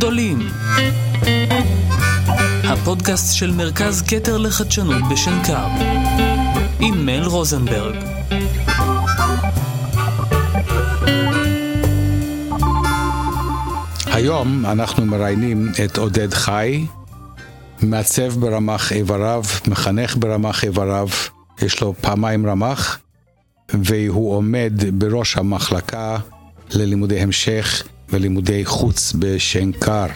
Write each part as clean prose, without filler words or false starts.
גדולים. הפודקאסט של מרכז כתר לחדשנות בשנקר. עם מל רוזנברג. היום אנחנו מראיינים את עודד חי, מעצב ברמ"ח איבריו, מחנך ברמ"ח איבריו, יש לו פעמיים רמ"ח, והוא עומד בראש המחלקה ללימודי המשך ולימודי חוץ בשנקר.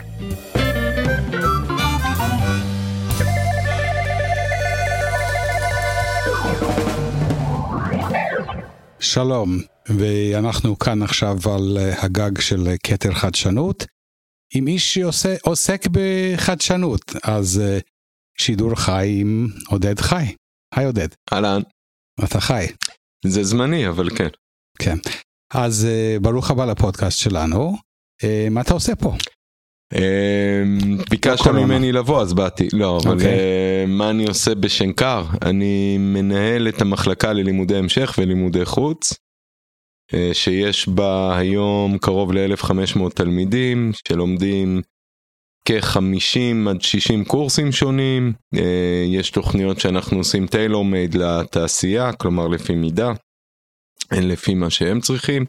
שלום, ואנחנו כאן עכשיו על הגג של כתר חדשנות, עם איש שעוסק בחדשנות, אז שידור חי עם עודד חי. היי עודד. אהלן. אתה חי. זה זמני, אבל כן. כן. אז ברוך הבא לפודקאסט שלנו. מה אתה עושה פה? ביקשת ממני לבוא, אז באתי. לא, אבל מה אני עושה בשנקר? אני מנהל את המחלקה ללימודי המשך ולימודי חוץ, שיש בה היום קרוב ל-1,500 תלמידים, שלומדים כ-50 עד 60 קורסים שונים. יש תוכניות שאנחנו עושים טיילור מייד לתעשייה, כלומר לפי מידה, לפי מה שהם צריכים.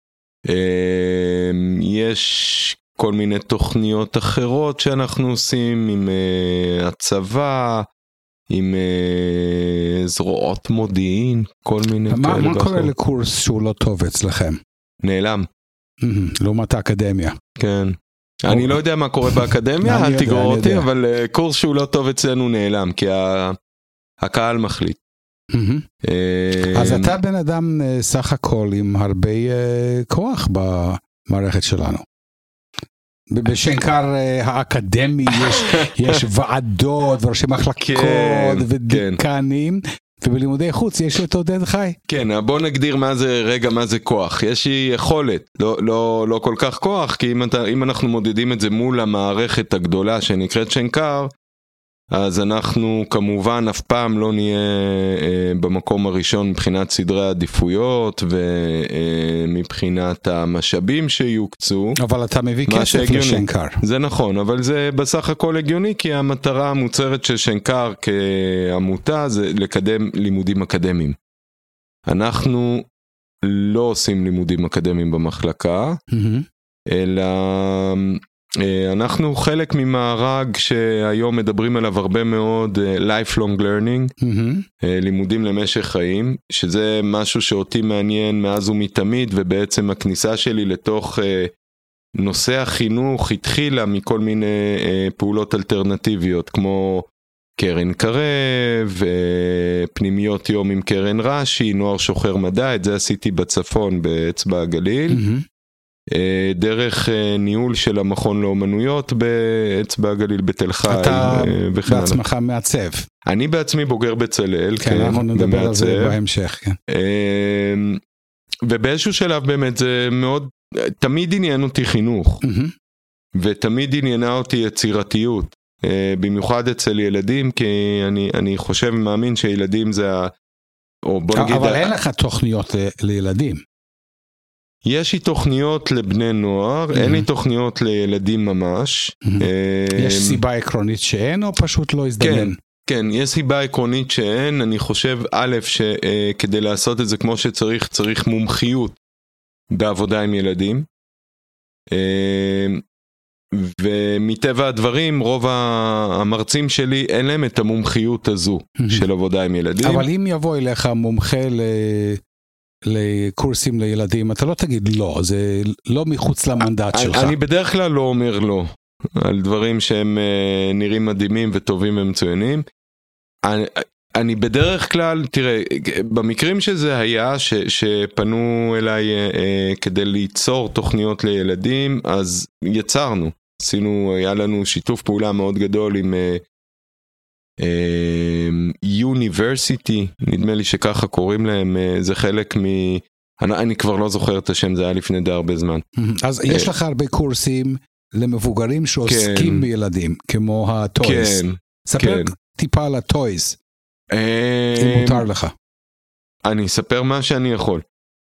יש כל מיני תוכניות אחרות שאנחנו עושים עם הצבא, עם זרועות מודיעין, כל מיני כאלה. מה קורה לקורס שהוא לא טוב אצלכם? נעלם. לעומת האקדמיה. כן. אני לא יודע מה קורה באקדמיה, אל תגרור אותי, אבל קורס שהוא לא טוב אצלנו נעלם, כי הקהל מחליט. אז אתה בן אדם סך הכל עם הרבה כוח במערכת שלנו. בשנקר האקדמי יש ועדות וראשי מחלקות ודיקנים, ובלימודי חוץ יש את עודד חי. כן, בוא נגדיר מה זה כוח. יש לי יכולת, לא כל כך כוח, כי אם אנחנו מודדים את זה מול המערכת הגדולה שנקראת שנקר, אז אנחנו כמובן אף פעם לא נהיה במקום הראשון מבחינת סדרי העדיפויות ומבחינת המשאבים שיוקצו. אבל אתה מביא כסף לשנקר. זה נכון, אבל זה בסך הכל הגיוני, כי המטרה המוצהרת של שנקר כעמותה זה לקדם לימודים אקדמיים. אנחנו לא עושים לימודים אקדמיים במחלקה, אלא אנחנו חלק ממארג שהיום מדברים עליו הרבה מאוד, lifelong learning, לימודים למשך חיים, שזה משהו שאותי מעניין מאז ומתמיד, ובעצם הכניסה שלי לתוך נושא החינוך התחילה מכל מיני פעולות אלטרנטיביות, כמו קרן קרב, פנימיות יום עם קרן רש"י, נוער שוחר מדע, את זה עשיתי בצפון באצבע הגליל, דרך ניהול של המכון לאומנויות באצבע הגליל בתל חי. אתה בעצמך מעצב. אני בעצמי בוגר בצלאל. כן, אנחנו נדבר על זה בהמשך. ובאיזשהו שלב באמת זה מאוד, תמיד עניין אותי חינוך, ותמיד עניינה אותי יצירתיות, במיוחד אצל ילדים, כי אני חושב ומאמין שילדים זה, אבל אין לך תוכניות לילדים. יש לי תוכניות לבני נוער, אין לי תוכניות לילדים ממש. יש סיבה עקרונית שאין, או פשוט לא הזדמן? כן, יש סיבה עקרונית שאין. אני חושב, א', שכדי לעשות את זה כמו שצריך, צריך מומחיות בעבודה עם ילדים. ומטבע הדברים, רוב המרצים שלי, אין להם את המומחיות הזו של עבודה עם ילדים. אבל אם יבוא אליך מומחה לקורסים לילדים, אתה לא תגיד לא, זה לא מחוץ למנדט שלך. אני בדרך כלל לא אומר לא, על דברים שהם נראים מדהימים וטובים ומצוינים. אני בדרך כלל, תראה, במקרים שזה היה, שפנו אליי כדי ליצור תוכניות לילדים, אז יצרנו. היה לנו שיתוף פעולה מאוד גדול עם University, נדמה לי שככה קוראים להם, זה חלק אני כבר לא זוכר את השם, זה היה לפני די הרבה זמן. אז יש לך הרבה קורסים למבוגרים שעוסקים בילדים, כמו הטויז. ספר טיפה על הטויז, אם מותר לך. אני אספר מה שאני יכול.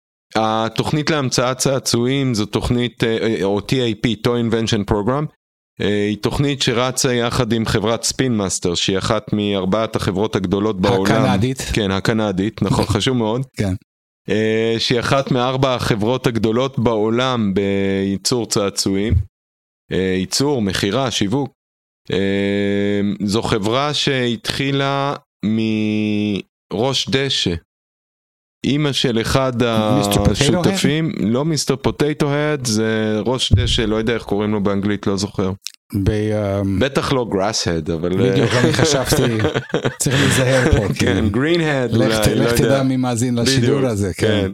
התוכנית להמצאת צעצועים זו תוכנית, או TAP, Toy Invention Program, היא תוכנית שרצה יחד עם חברת ספין מאסטר, שהיא אחת מארבעת החברות הגדולות בעולם. הקנדית. כן, הקנדית, נכון, חשוב מאוד. כן. שהיא אחת מארבע החברות הגדולות בעולם בייצור צעצועים. ייצור, מחירה, שיווק. זו חברה שהתחילה מראש דשא. אמא של אחד השותפים, לא מיסטר פוטטו הד, זה ראש דשא, לא יודע איך קוראים לו באנגלית, לא זוכר. בטח לא גראס הד, אבל... בדיוק, אני חשבתי, צריך להיזהר פה. כן, גרין הד, לך תדע מי מאזין לשידור הזה, כן.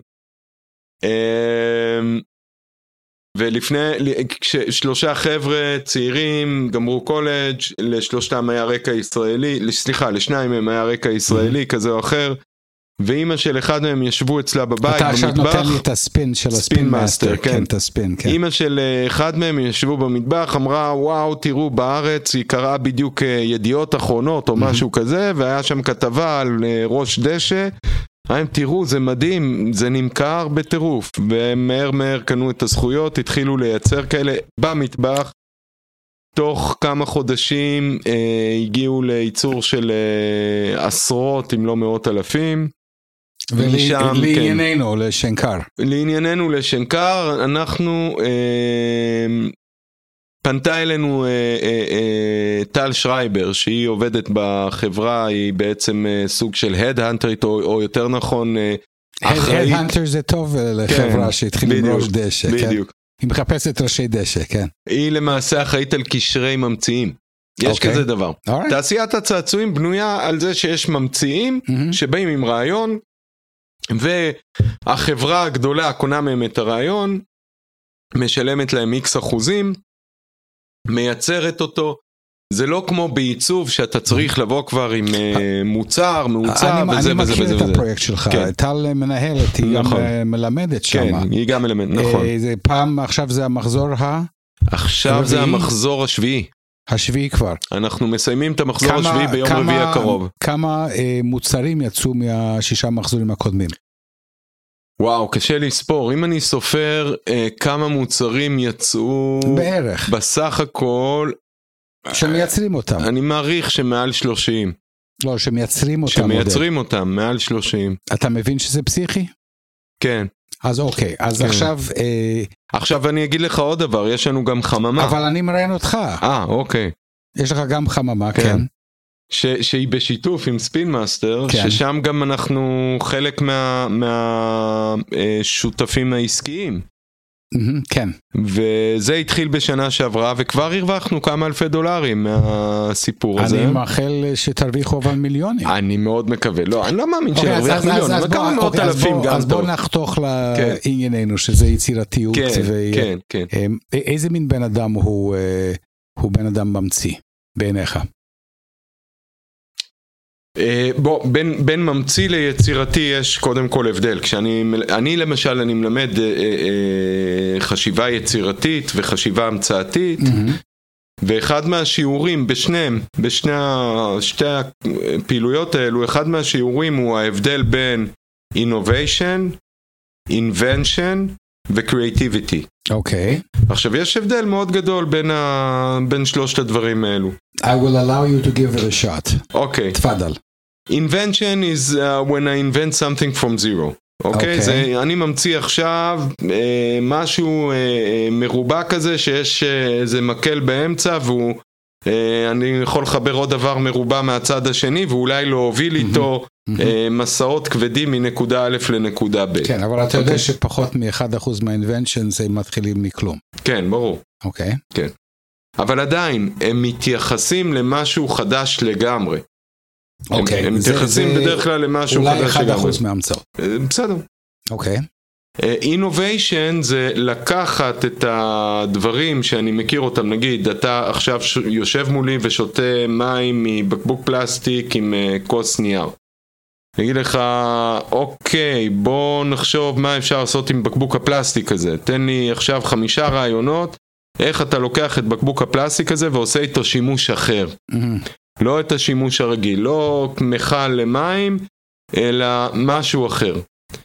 ולפני, כששלושה חבר'ה צעירים גמרו קולג', לשלושתם היה רקע ישראלי, סליחה, לשניים הם היה רקע ישראלי כזה או אחר, ואמא של אחד מהם ישבו אצלה בבית במטבח. אתה עכשיו נותן לי את הספין של הספין מאסטר, כן, את הספין, כן. אמא של אחד מהם ישבו במטבח, אמרה, וואו, תראו בארץ, היא קראה בדיוק ידיעות אחרונות או משהו כזה, והיה שם כתבה על ראש דשא, תראו, זה מדהים, זה נמכר בטירוף, ומהר קנו את הזכויות, התחילו לייצר כאלה במטבח, תוך כמה חודשים הגיעו לייצור של עשרות אם לא מאות אלפים. ולענייננו, לשנקר. לענייננו, לשנקר, אנחנו, פנתה אלינו טל שרייבר, שהיא עובדת בחברה, היא בעצם סוג של הדהנטרית, או יותר נכון, אחראית. הדהנטר זה טוב לחברה שהתחילה עם ראש דשא, כן? בדיוק. היא מחפשת ראשי דשא, כן. היא למעשה אחראית על קשרי ממציאים. יש כזה דבר. תעשיית הצעצועים בנויה על זה שיש ממציאים שבאים עם רעיון, והחברה הגדולה קונה מהם את הרעיון, משלמת להם X אחוזים, מייצרת אותו. זה לא כמו בעיצוב שאתה צריך לבוא כבר עם מוצר, מעוצב, וזה וזה וזה. אני מכיר את הפרויקט שלך, טל מנהלת, היא גם מלמדת שם. כן, היא גם מלמדת, נכון. פעם, עכשיו זה המחזור עכשיו זה המחזור השביעי. השביעי כבר. אנחנו מסיימים את המחזור השביעי ביום רביעי הקרוב. כמה מוצרים יצאו מהשישה מחזורים הקודמים? וואו, קשה לספור. אם אני סופר כמה מוצרים יצאו... בערך. בסך הכל... שמייצרים אותם. אני מעריך שמעל 30. לא, שמייצרים אותם. שמייצרים אותם, מעל 30. אתה מבין שזה פסיכי? כן. אז אוקיי, אז עכשיו... עכשיו אני אגיד לך עוד דבר, יש לנו גם חממה. אבל אני מראיין אותך. אוקיי. יש לך גם חממה, כן. שהיא בשיתוף עם ספין מאסטר, ששם גם אנחנו חלק מהשותפים העסקיים. כן. וזה התחיל בשנה שעברה, וכבר הרווחנו כמה אלפי דולרים מהסיפור הזה. אני מאחל שתרוויחו אבל מיליונים. אני מאוד מקווה. לא, אני לא מאמין שירוויח מיליונים, אבל כמה מאות אלפים גם טוב. אז בוא נחתוך לענייננו, שזה יצירתיות. כן, כן. איזה מין בן אדם הוא בן אדם ממציא, בעיניך? בוא, בין ממציא ליצירתי יש קודם כל הבדל. כשאני למשל, אני מלמד חשיבה יצירתית וחשיבה המצאתית, ואחד מהשיעורים בשתי הפעילויות האלו, אחד מהשיעורים הוא ההבדל בין innovation, invention ו-creativity. אוקיי. עכשיו יש הבדל מאוד גדול בין שלושת הדברים האלו. I will allow you to give it a shot. אוקיי. תפדל. Invention is when I invent something from zero. אוקיי? אני ממציא עכשיו משהו מרובע כזה שיש איזה מקל באמצע ואני יכול לחבר עוד דבר מרובע מהצד השני ואולי להוביל איתו מסעות כבדים מנקודה א' לנקודה ב'. כן, אבל אתה יודע שפחות מ1% מהאינבנשנס הם מתחילים מכלום. כן, ברור. אוקיי. כן. אבל עדיין הם מתייחסים למשהו חדש לגמרי. אוקיי. הם מתייחסים בדרך כלל למשהו חדש לגמרי. אולי 1% מהמצאות. בסדר. אוקיי. Innovation זה לקחת את הדברים שאני מכיר אותם, נגיד אתה עכשיו יושב מולי ושותה מים מבקבוק פלסטיק עם כוס נייר. אני אגיד לך, אוקיי, בוא נחשוב מה אפשר לעשות עם בקבוק הפלסטיק הזה. תן לי עכשיו 5 רעיונות, איך אתה לוקח את בקבוק הפלסטיק הזה ועושה איתו שימוש אחר. לא את השימוש הרגיל, לא מכל למים, אלא משהו אחר.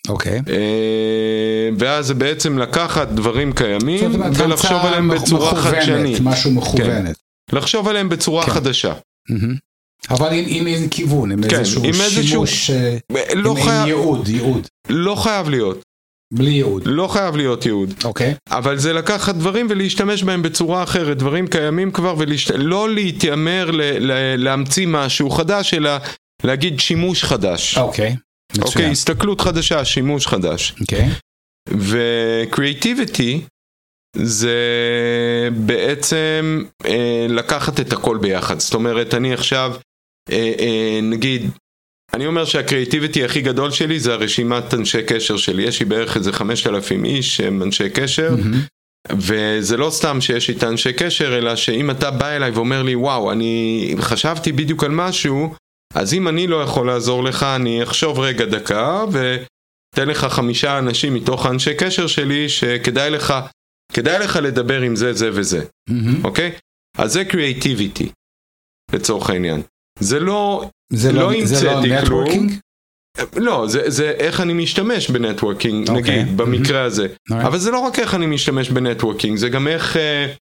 אוקיי. ואז זה בעצם לקחת דברים קיימים ולחשוב עליהם בצורה חדשנית. משהו מכוונת. לחשוב עליהם בצורה חדשה. אבל עם איזה כיוון, עם איזשהו שימוש, עם ייעוד. לא חייב להיות. בלי ייעוד. לא חייב להיות ייעוד. אוקיי. אבל זה לקחת דברים ולהשתמש בהם בצורה אחרת, דברים קיימים כבר, לא להתיימר להמציא משהו חדש, אלא להגיד שימוש חדש. אוקיי. אוקיי, הסתכלות חדשה, שימוש חדש. אוקיי. ו-creativity זה בעצם לקחת את הכל ביחד. זאת אומרת, אני עכשיו, נגיד, אני אומר שהקריאטיביטי הכי גדול שלי זה הרשימת אנשי קשר שלי. יש לי בערך איזה 5,000 איש שהם אנשי קשר, וזה לא סתם שיש איתה אנשי קשר, אלא שאם אתה בא אליי ואומר לי, וואו, אני חשבתי בדיוק על משהו, אז אם אני לא יכול לעזור לך, אני אחשוב רגע דקה, ותן לך 5 אנשים מתוך האנשי קשר שלי, שכדאי לך לדבר עם זה, זה וזה. אוקיי? אז זה קריאטיביטי, לצורך העניין. זה לא המצאתי כלום. לא, זה איך אני משתמש בנטוורקינג, נגיד, במקרה הזה. אבל זה לא רק איך אני משתמש בנטוורקינג, זה גם איך,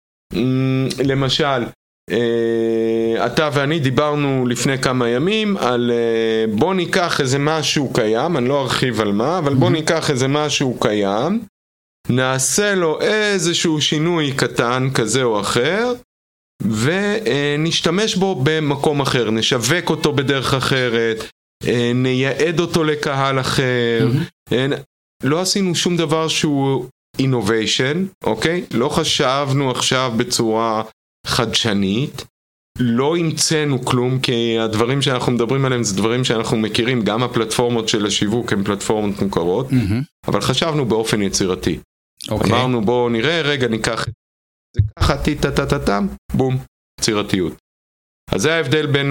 למשל, אתה ואני דיברנו לפני כמה ימים על בוא ניקח איזה משהו קיים, אני לא ארחיב על מה, אבל בוא ניקח איזה משהו קיים, נעשה לו איזשהו שינוי קטן כזה או אחר, ונשתמש בו במקום אחר, נשווק אותו בדרך אחרת, נייעד אותו לקהל אחר. לא עשינו שום דבר שהוא innovation, אוקיי? לא חשבנו עכשיו בצורה חדשנית, לא המצאנו כלום, כי הדברים שאנחנו מדברים עליהם זה דברים שאנחנו מכירים, גם הפלטפורמות של השיווק הן פלטפורמות מוכרות, אבל חשבנו באופן יצירתי. אמרנו בואו נראה, רגע ניקח זה ככה, טיטטטטם, בום, יצירתיות. אז זה ההבדל בין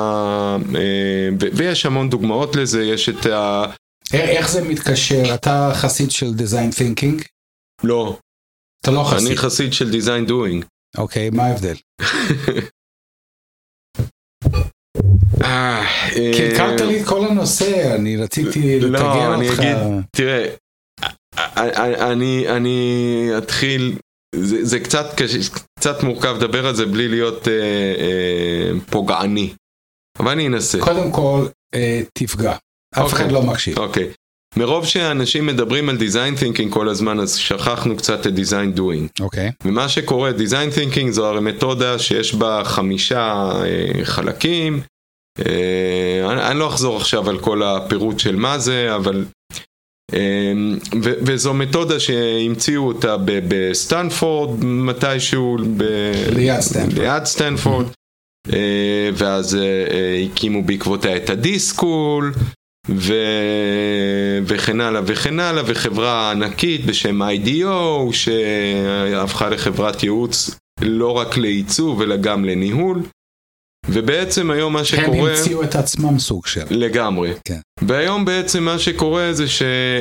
ויש המון דוגמאות לזה, יש את איך זה מתקשר? אתה חסיד של design thinking? לא. אתה לא חסיד? אני חסיד של design doing. אוקיי, מה ההבדל? קלקלת לי את כל הנושא, אני רציתי לתגר אותך. תראה, אני אתחיל, זה קצת מורכב לדבר על זה בלי להיות פוגעני, אבל אני אנסה. קודם כל, תפגע, אף אחד לא מקשיב. אוקיי. מרוב שאנשים מדברים על design thinking כל הזמן, אז שכחנו קצת את design doing. אוקיי. ומה שקורה, design thinking זו הרי מתודה שיש בה 5 חלקים. אני לא אחזור עכשיו על כל הפירוט של מה זה, אבל וזו מתודה שהמציאו אותה בסטנפורד מתישהו, ליד סטנפורד, ואז הקימו בעקבותיה את הדיסקול וכן הלאה וכן הלאה, וחברה ענקית בשם IDEO שהפכה לחברת ייעוץ לא רק לעיצוב אלא גם לניהול. ובעצם היום מה שקורה, הם המציאו את עצמם סוג של לגמרי. כן. והיום בעצם מה שקורה זה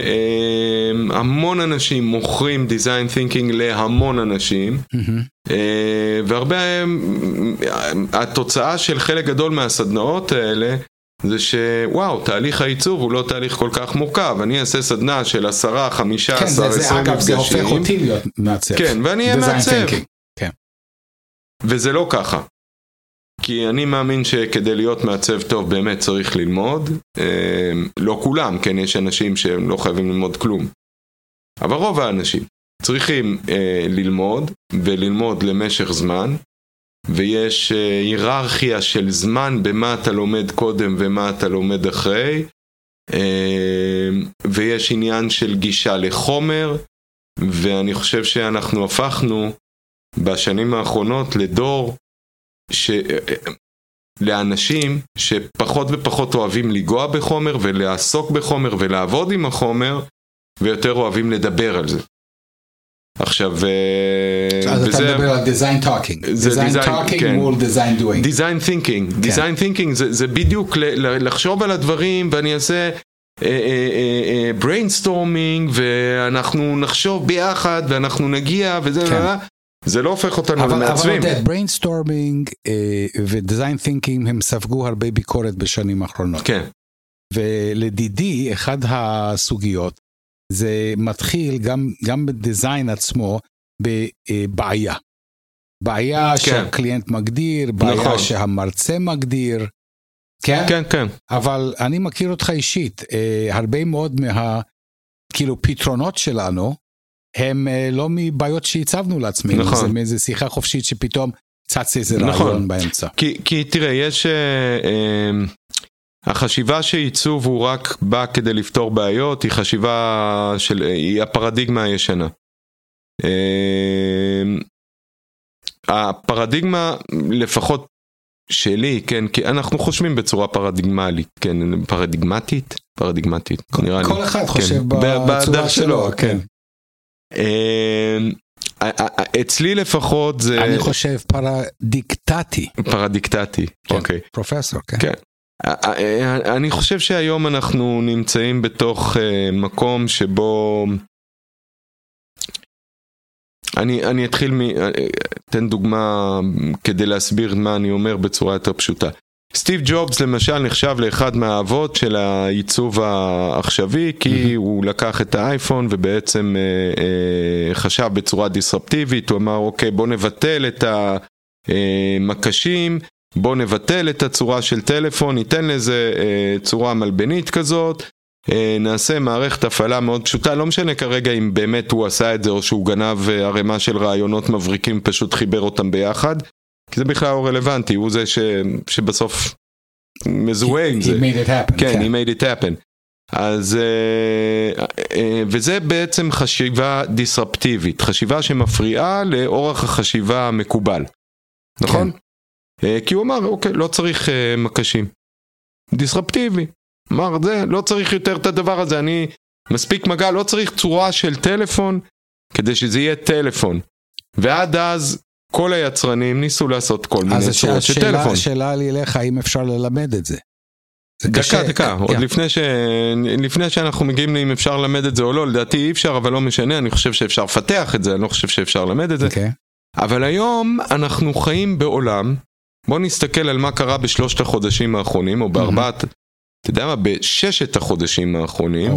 שהמון אנשים מוכרים design thinking להמון אנשים, והרבה התוצאה של חלק גדול מהסדנאות האלה זה שוואו, תהליך העיצוב הוא לא תהליך כל כך מורכב, אני אעשה סדנה של 10, 15, 20 אגב, זה הופך אותי להיות מעצב. כן, ואני אהיה מעצב. כן. וזה לא ככה. כי אני מאמין שכדי להיות מעצב טוב באמת צריך ללמוד, לא כולם, כן, יש אנשים שהם לא חייבים ללמוד כלום, אבל רוב האנשים צריכים ללמוד, וללמוד למשך זמן, ויש היררכיה של זמן במה אתה לומד קודם ומה אתה לומד אחרי, ויש עניין של גישה לחומר, ואני חושב שאנחנו הפכנו בשנים האחרונות לדור, לאנשים שפחות ופחות אוהבים לגוע בחומר ולעסוק בחומר ולעבוד עם החומר, ויותר אוהבים לדבר על זה. עכשיו, אז אתה מדבר על design talking. design talking מול design doing. design thinking. design thinking זה בדיוק לחשוב על הדברים, ואני אעשה brainstorming, ואנחנו נחשוב ביחד, ואנחנו נגיע, וזה זה לא הופך אותנו למעצבים. אבל בריינסטורמינג ודיזיין תינקינג הם ספגו הרבה ביקורת בשנים האחרונות. כן. ולדידי, אחד הסוגיות, זה מתחיל גם בדיזיין עצמו, בבעיה. בעיה שהקליינט מגדיר, בעיה שהמרצה מגדיר. כן? כן, כן. אבל אני מכיר אותך אישית, הרבה מאוד כאילו פתרונות שלנו, הם לא מבעיות שהצבנו לעצמנו, זה מאיזו שיחה חופשית שפתאום צץ איזה רעיון באמצע. כי תראה, יש החשיבה שעיצוב הוא רק בא כדי לפתור בעיות, היא חשיבה היא הפרדיגמה הישנה. הפרדיגמה לפחות שלי, כן, כי אנחנו חושבים בצורה פרדיגמלית, כן, פרדיגמטית, נראה לי. כל אחד חושב בצורה שלו, כן. אצלי לפחות זה... אני חושב פרדיקטטי, אוקיי. פרופסור, כן. כן. אני חושב שהיום אנחנו נמצאים בתוך מקום שבו... אני אתחיל אתן דוגמה כדי להסביר מה אני אומר בצורה יותר פשוטה. סטיב ג'ובס למשל נחשב לאחד מהאבות של העיצוב העכשווי, כי הוא לקח את האייפון ובעצם חשב בצורה דיסרפטיבית, הוא אמר אוקיי, בוא נבטל את המקשים, בוא נבטל את הצורה של טלפון, ניתן לזה צורה מלבנית כזאת, נעשה מערכת הפעלה מאוד פשוטה, לא משנה כרגע אם באמת הוא עשה את זה או שהוא גנב הרמה של רעיונות מבריקים, פשוט חיבר אותם ביחד, כי זה בכלל לא רלוונטי, הוא זה שבסוף מזוהה עם זה. He made it happen. כן, he made it happen. אז, וזה בעצם חשיבה דיסרפטיבית, חשיבה שמפריעה לאורך החשיבה המקובל. נכון? כי הוא אמר, אוקיי, לא צריך מקשים. דיסרפטיבי. אמר, זה, לא צריך יותר את הדבר הזה, אני מספיק מגע, לא צריך צורה של טלפון, כדי שזה יהיה טלפון. ועד אז, כל היצרנים ניסו לעשות כל מיני צורות של טלפון. אז השאלה לי אליך, האם אפשר ללמד את זה? דקה, עוד לפני שאנחנו מגיעים אם אפשר ללמד את זה או לא, לדעתי אי אפשר, אבל לא משנה, אני חושב שאפשר לפתח את זה, אני לא חושב שאפשר ללמד את זה. אבל היום אנחנו חיים בעולם, בוא נסתכל על מה קרה בשלושת החודשים האחרונים, או בארבעת, אתה יודע מה, בששת החודשים האחרונים,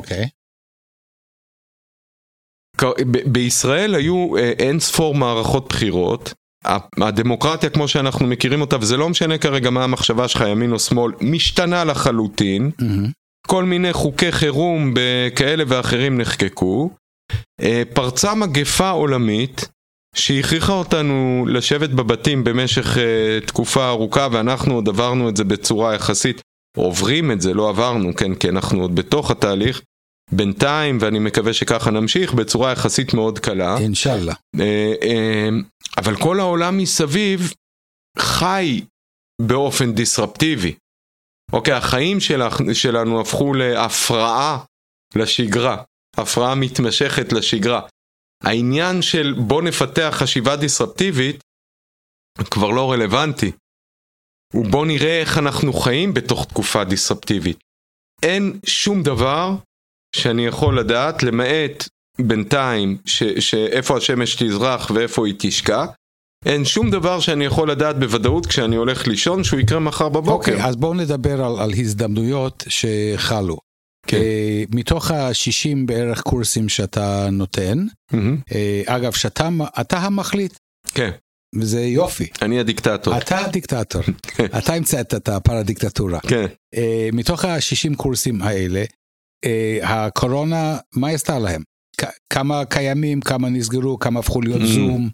בישראל היו אין ספור מערכות בחירות, הדמוקרטיה כמו שאנחנו מכירים אותה, וזה לא משנה כרגע מה המחשבה שלך, ימין או שמאל, משתנה לחלוטין, כל מיני חוקי חירום כאלה ואחרים נחקקו, פרצה מגפה עולמית, שהכריחה אותנו לשבת בבתים במשך תקופה ארוכה, ואנחנו עוד עברנו את זה בצורה יחסית, עוברים את זה, לא עברנו, כן, כי אנחנו עוד בתוך התהליך, בינתיים, ואני מקווה שככה נמשיך, בצורה יחסית מאוד קלה. אינשאללה. אבל כל העולם מסביב חי באופן דיסרפטיבי. אוקיי, החיים שלנו הפכו להפרעה לשגרה, הפרעה מתמשכת לשגרה. העניין של בוא נפתח חשיבה דיסרפטיבית כבר לא רלוונטי. ובוא נראה איך אנחנו חיים בתוך תקופה דיסרפטיבית. אין שום דבר שאני יכול לדעת, למעט בינתיים שאיפה השמש תזרח ואיפה היא תשקע, אין שום דבר שאני יכול לדעת בוודאות כשאני הולך לישון שהוא יקרה מחר בבוקר. אוקיי, אז בואו נדבר על הזדמנויות שחלו. כן. מתוך ה-60 בערך קורסים שאתה נותן, אגב, אתה המחליט. כן. וזה יופי. אני הדיקטטור. אתה הדיקטטור. אתה המצאת את הפרדיקטטורה. כן. מתוך ה-60 קורסים האלה, הקורונה, מה היא עשתה להם? כמה קיימים, כמה נסגרו, כמה הפכו להיות זום?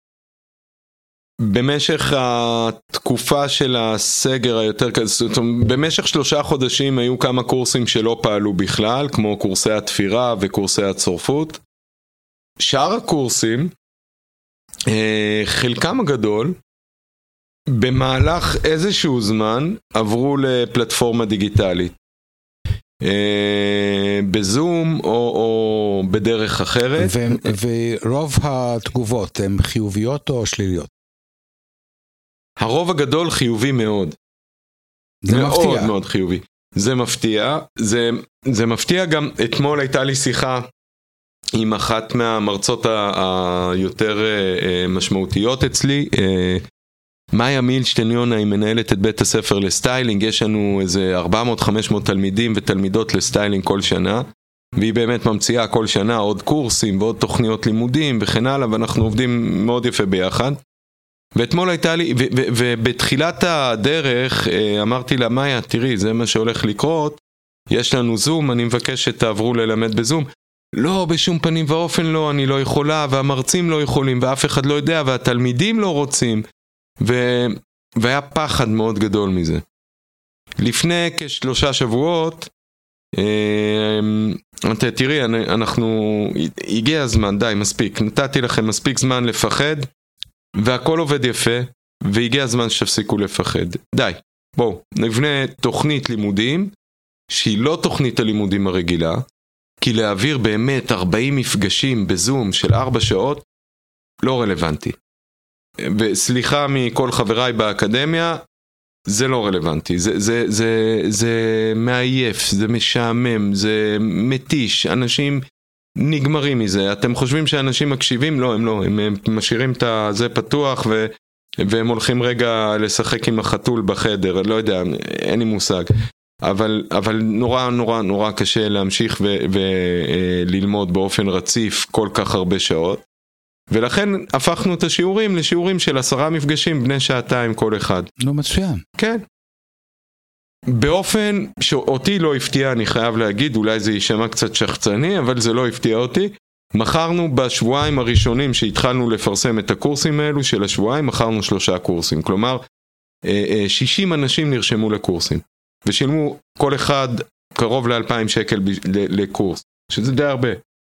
במשך התקופה של הסגר היותר, במשך 3 חודשים היו כמה קורסים שלא פעלו בכלל, כמו קורסי התפירה וקורסי הצורפות. שאר הקורסים, חלקם הגדול, במהלך איזשהו זמן עברו לפלטפורמה דיגיטלית. בזום או בדרך אחרת. ורוב התגובות הן חיוביות או שליליות? הרוב הגדול חיובי מאוד. זה מאוד מפתיע. מאוד חיובי. זה מפתיע. זה מפתיע גם, אתמול הייתה לי שיחה עם אחת מהמרצות היותר משמעותיות אצלי, מאיה מילשטיין יונה היא מנהלת את בית הספר לסטיילינג, יש לנו איזה 400-500 תלמידים ותלמידות לסטיילינג כל שנה, והיא באמת ממציאה כל שנה עוד קורסים ועוד תוכניות לימודים וכן הלאה, ואנחנו עובדים מאוד יפה ביחד. ואתמול הייתה לי, ובתחילת הדרך אמרתי לה, מאיה, תראי, זה מה שהולך לקרות, יש לנו זום, אני מבקש שתעברו ללמד בזום. לא, בשום פנים ואופן לא, אני לא יכולה, והמרצים לא יכולים, ואף אחד לא יודע, והתלמידים לא רוצים, והיה פחד מאוד גדול מזה. לפני כ3 שבועות, תראי, הגיע הזמן, די, מספיק, נתתי לכם מספיק זמן לפחד, והכל עובד יפה, והגיע הזמן שתפסיקו לפחד. די, בואו, נבנה תוכנית לימודים, שהיא לא תוכנית הלימודים הרגילה, כי להעביר באמת 40 מפגשים בזום של 4 שעות, לא רלוונטי. וסליחה מכל חבריי באקדמיה, זה לא רלוונטי. זה מעייף, זה משעמם, זה מתיש, אנשים נגמרים מזה. אתם חושבים שאנשים מקשיבים? לא, הם לא. הם משאירים את זה פתוח והם הולכים רגע לשחק עם החתול בחדר. לא יודע, אין לי מושג. אבל נורא נורא נורא קשה להמשיך וללמוד באופן רציף כל כך הרבה שעות. ולכן הפכנו את השיעורים לשיעורים של 10 מפגשים בני 2 כל אחד. נו, מצוין. כן. באופן שאותי לא הפתיע, אני חייב להגיד, אולי זה יישמע קצת שחצני, אבל זה לא הפתיע אותי. מכרנו בשבועיים הראשונים שהתחלנו לפרסם את הקורסים האלו של השבועיים, מכרנו 3 קורסים. כלומר, 60 אנשים נרשמו לקורסים. ושילמו כל אחד קרוב ל2,000 שקל לקורס, שזה די הרבה.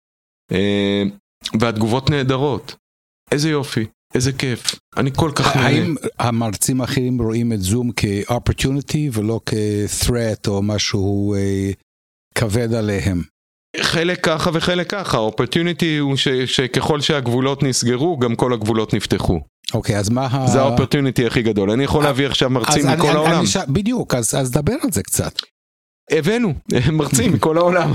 והתגובות נהדרות. איזה יופי, איזה כיף. אני כל כך נהנה. האם המרצים האחרים רואים את זום כ-opportunity ולא כ-threat או משהו כבד עליהם? חלק ככה וחלק ככה. opportunity הוא שככל שהגבולות נסגרו, גם כל הגבולות נפתחו. אוקיי, אז מה זה האופורטיוניטי הכי גדול. אני יכול להביא עכשיו מרצים מכל העולם. בדיוק, אז דבר על זה קצת. הבאנו, מרצים מכל העולם.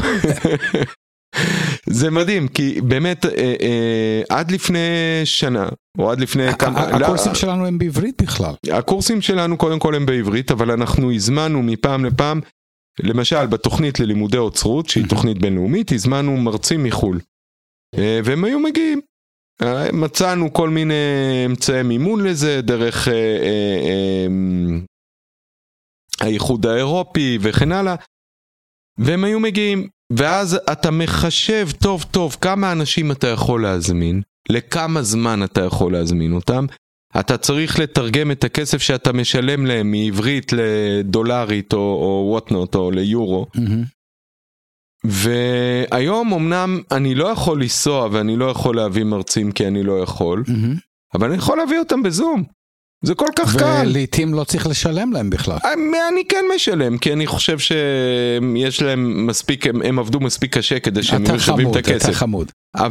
זה מדהים, כי באמת עד לפני שנה, או עד לפני כמה... הקורסים שלנו הם בעברית בכלל. הקורסים שלנו קודם כל הם בעברית, אבל אנחנו הזמנו מפעם לפעם, למשל בתוכנית ללימודי אוצרות, שהיא תוכנית בינלאומית, הזמנו מרצים מחול. והם היו מגיעים. מצאנו כל מיני אמצעי מימון לזה, דרך האיחוד האירופי וכן הלאה, והם היו מגיעים, ואז אתה מחשב טוב טוב כמה אנשים אתה יכול להזמין, לכמה זמן אתה יכול להזמין אותם, אתה צריך לתרגם את הכסף שאתה משלם להם מעברית לדולרית או whatnot או ליורו, והיום אמנם אני לא יכול לנסוע ואני לא יכול להביא מרצים כי אני לא יכול, אבל אני יכול להביא אותם בזום. זה כל כך קל. ולעתים לא צריך לשלם להם בכלל. אני כן משלם, כי אני חושב שיש להם מספיק, הם עבדו מספיק קשה כדי שהם יהיו שווים את הכסף. אתה חמוד.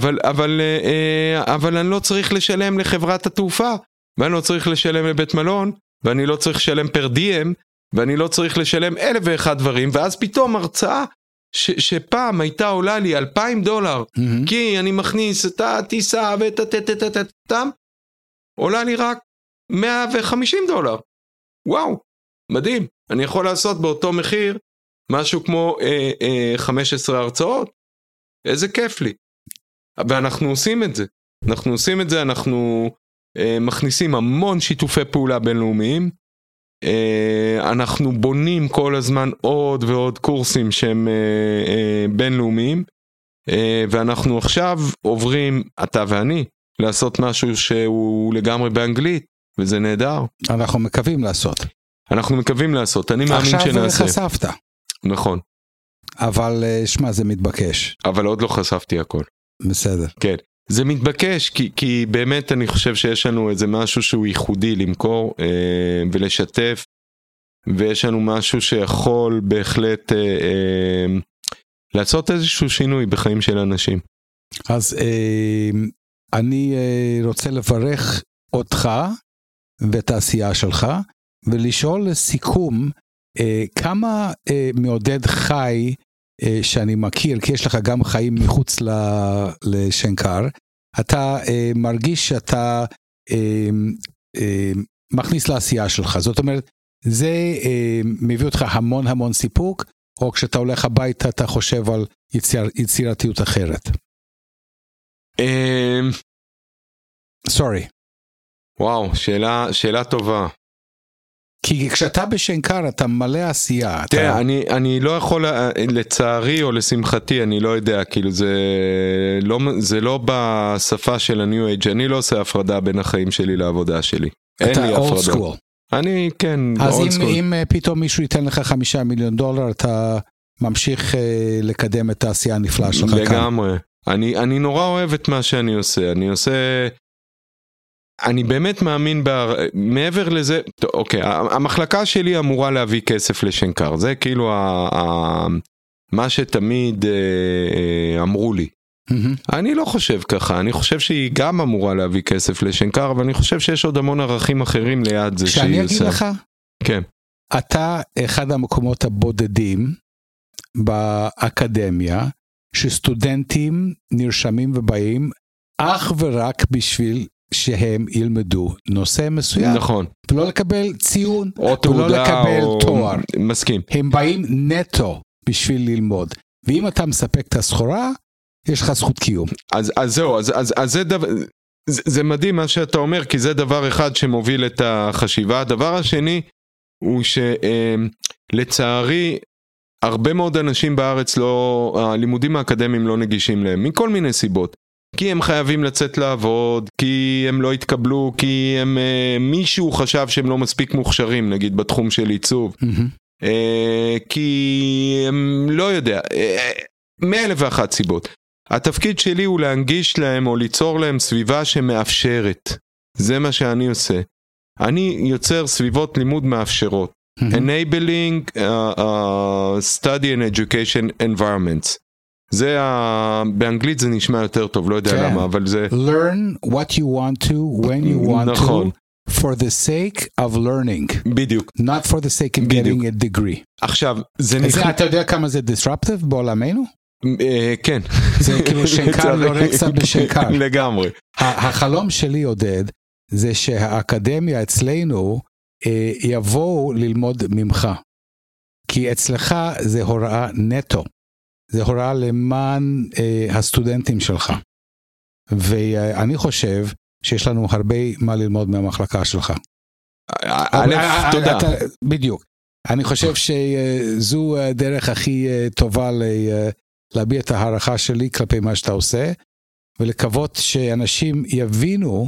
אבל אני לא צריך לשלם לחברת התעופה, ואני לא צריך לשלם לבית מלון, ואני לא צריך לשלם פר דיאם, ואני לא צריך לשלם 1,001 דברים, ואז פתאום הרצאה שפעם הייתה עולה לי $2,000, כי אני מכניס את הטיסה ואת הטטטטטטם, עולה לי רק $150. וואו, מדהים. אני יכול לעשות באותו מחיר משהו כמו 15 הרצאות. איזה כיף לי. ואנחנו עושים את זה. אנחנו מכניסים המון שיתופי פעולה בינלאומיים. אנחנו בונים כל הזמן עוד ועוד קורסים שהם בינלאומיים. ואנחנו עכשיו עוברים, אתה ואני, לעשות משהו שהוא לגמרי באנגלית. וזה נהדר. אנחנו מקווים לעשות. אני מאמין שנעשה. עכשיו חשפת. נכון. אבל שמע, זה מתבקש. אבל עוד לא חשפתי הכל. בסדר. כן. זה מתבקש, כי באמת אני חושב שיש לנו איזה משהו שהוא ייחודי למכור ולשתף, ויש לנו משהו שיכול בהחלט לעשות איזשהו שינוי בחיים של אנשים. אז אני רוצה לברך אותך, ואת העשייה שלך, ולשאול לסיכום, כמה מעודד חי שאני מכיר, כי יש לך גם חיים מחוץ לשנקר, אתה מרגיש שאתה מכניס לעשייה שלך. זאת אומרת, זה מביא אותך המון סיפוק, או כשאתה הולך הביתה אתה חושב על יצירתיות אחרת. סורי. וואו, שאלה טובה. כי כשאתה בשנקר אתה מלא עשייה. תראה, אני לא יכול, לצערי או לשמחתי, אני לא יודע, כאילו זה לא בשפה של הניו אייג', אני לא עושה הפרדה בין החיים שלי לעבודה שלי. אין לי הפרדות. אני, כן, אז אם פתאום מישהו ייתן לך $5 מיליון, אתה ממשיך לקדם את העשייה הנפלאה שלך כאן. לגמרי. אני נורא אוהב את מה שאני עושה. אני באמת מאמין, מעבר לזה, אוקיי, המחלקה שלי אמורה להביא כסף לשנקר, זה כאילו מה שתמיד אמרו לי. אני לא חושב ככה, אני חושב שהיא גם אמורה להביא כסף לשנקר, אבל אני חושב שיש עוד המון ערכים אחרים ליד זה שהיא עושה. שאני אגיד לך, כן. אתה אחד המקומות הבודדים באקדמיה, שסטודנטים נרשמים ובאים אך ורק בשביל שהם ילמדו נושא מסוים. נכון. ולא לקבל ציון, או תעודה, ולא לקבל תואר. מסכים. הם באים נטו בשביל ללמוד. ואם אתה מספק את הסחורה, יש לך זכות קיום. אז זהו, אז זה מדהים מה שאתה אומר, כי זה דבר אחד שמוביל את החשיבה. הדבר השני הוא שלצערי, הרבה מאוד אנשים בארץ הלימודים האקדמיים לא נגישים להם, מכל מיני סיבות. כי הם חייבים לצאת לעבוד, כי הם לא התקבלו, כי מישהו חשב שהם לא מספיק מוכשרים, נגיד בתחום של עיצוב. כי הם לא יודע, 1,001 סיבות. התפקיד שלי הוא להנגיש להם או ליצור להם סביבה שמאפשרת. זה מה שאני עושה. אני יוצר סביבות לימוד מאפשרות. Enabling study and education environments. זה באנגלית זה נשמע יותר טוב, לא יודע למה, אבל זה... Learn what you want to, when you want to, for the sake of learning. בדיוק. Not for the sake of getting a degree. עכשיו, אתה יודע כמה זה disruptive בעולמנו? כן. זה כאילו שנקר יורק קצת בשנקר. לגמרי. החלום שלי, עודד, זה שהאקדמיה אצלנו יבואו ללמוד ממך. כי אצלך זה הוראה נטו. זה הוראה למען הסטודנטים שלך. ואני חושב שיש לנו הרבה מה ללמוד מהמחלקה שלך. תודה. בדיוק. אני חושב שזו הדרך הכי טובה להביע את הערכה שלי כלפי מה שאתה עושה, ולקוות שאנשים יבינו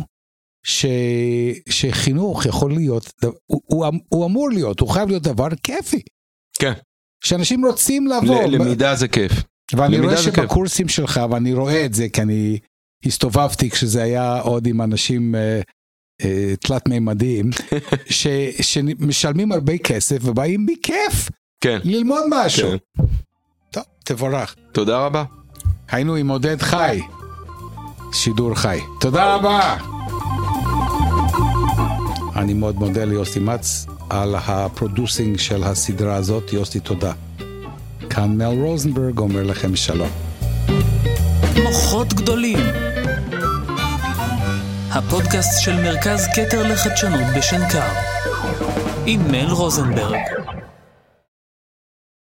שחינוך יכול להיות, הוא אמור להיות, הוא חייב להיות דבר כיפי. כן. שאנשים רוצים לעבור. למידה זה כיף. ואני רואה שבקורסים שלך, ואני רואה את זה, כי אני הסתובבתי כשזה היה עוד עם אנשים תלת מימדיים, שמשלמים הרבה כסף ובאים בכיף ללמוד משהו. טוב, תבורך. תודה רבה. היינו עם עודד חי, שידור חי. תודה רבה. אני מאוד מודה ליוסי מצ על הפרודוסינג של הסדרה הזאת. יוסי, תודה. כאן מל רוזנברג אומר לכם שלום. מוחות גדולים, הפודקאסט של מרכז כתר לחדשנות בשנקר עם מל רוזנברג.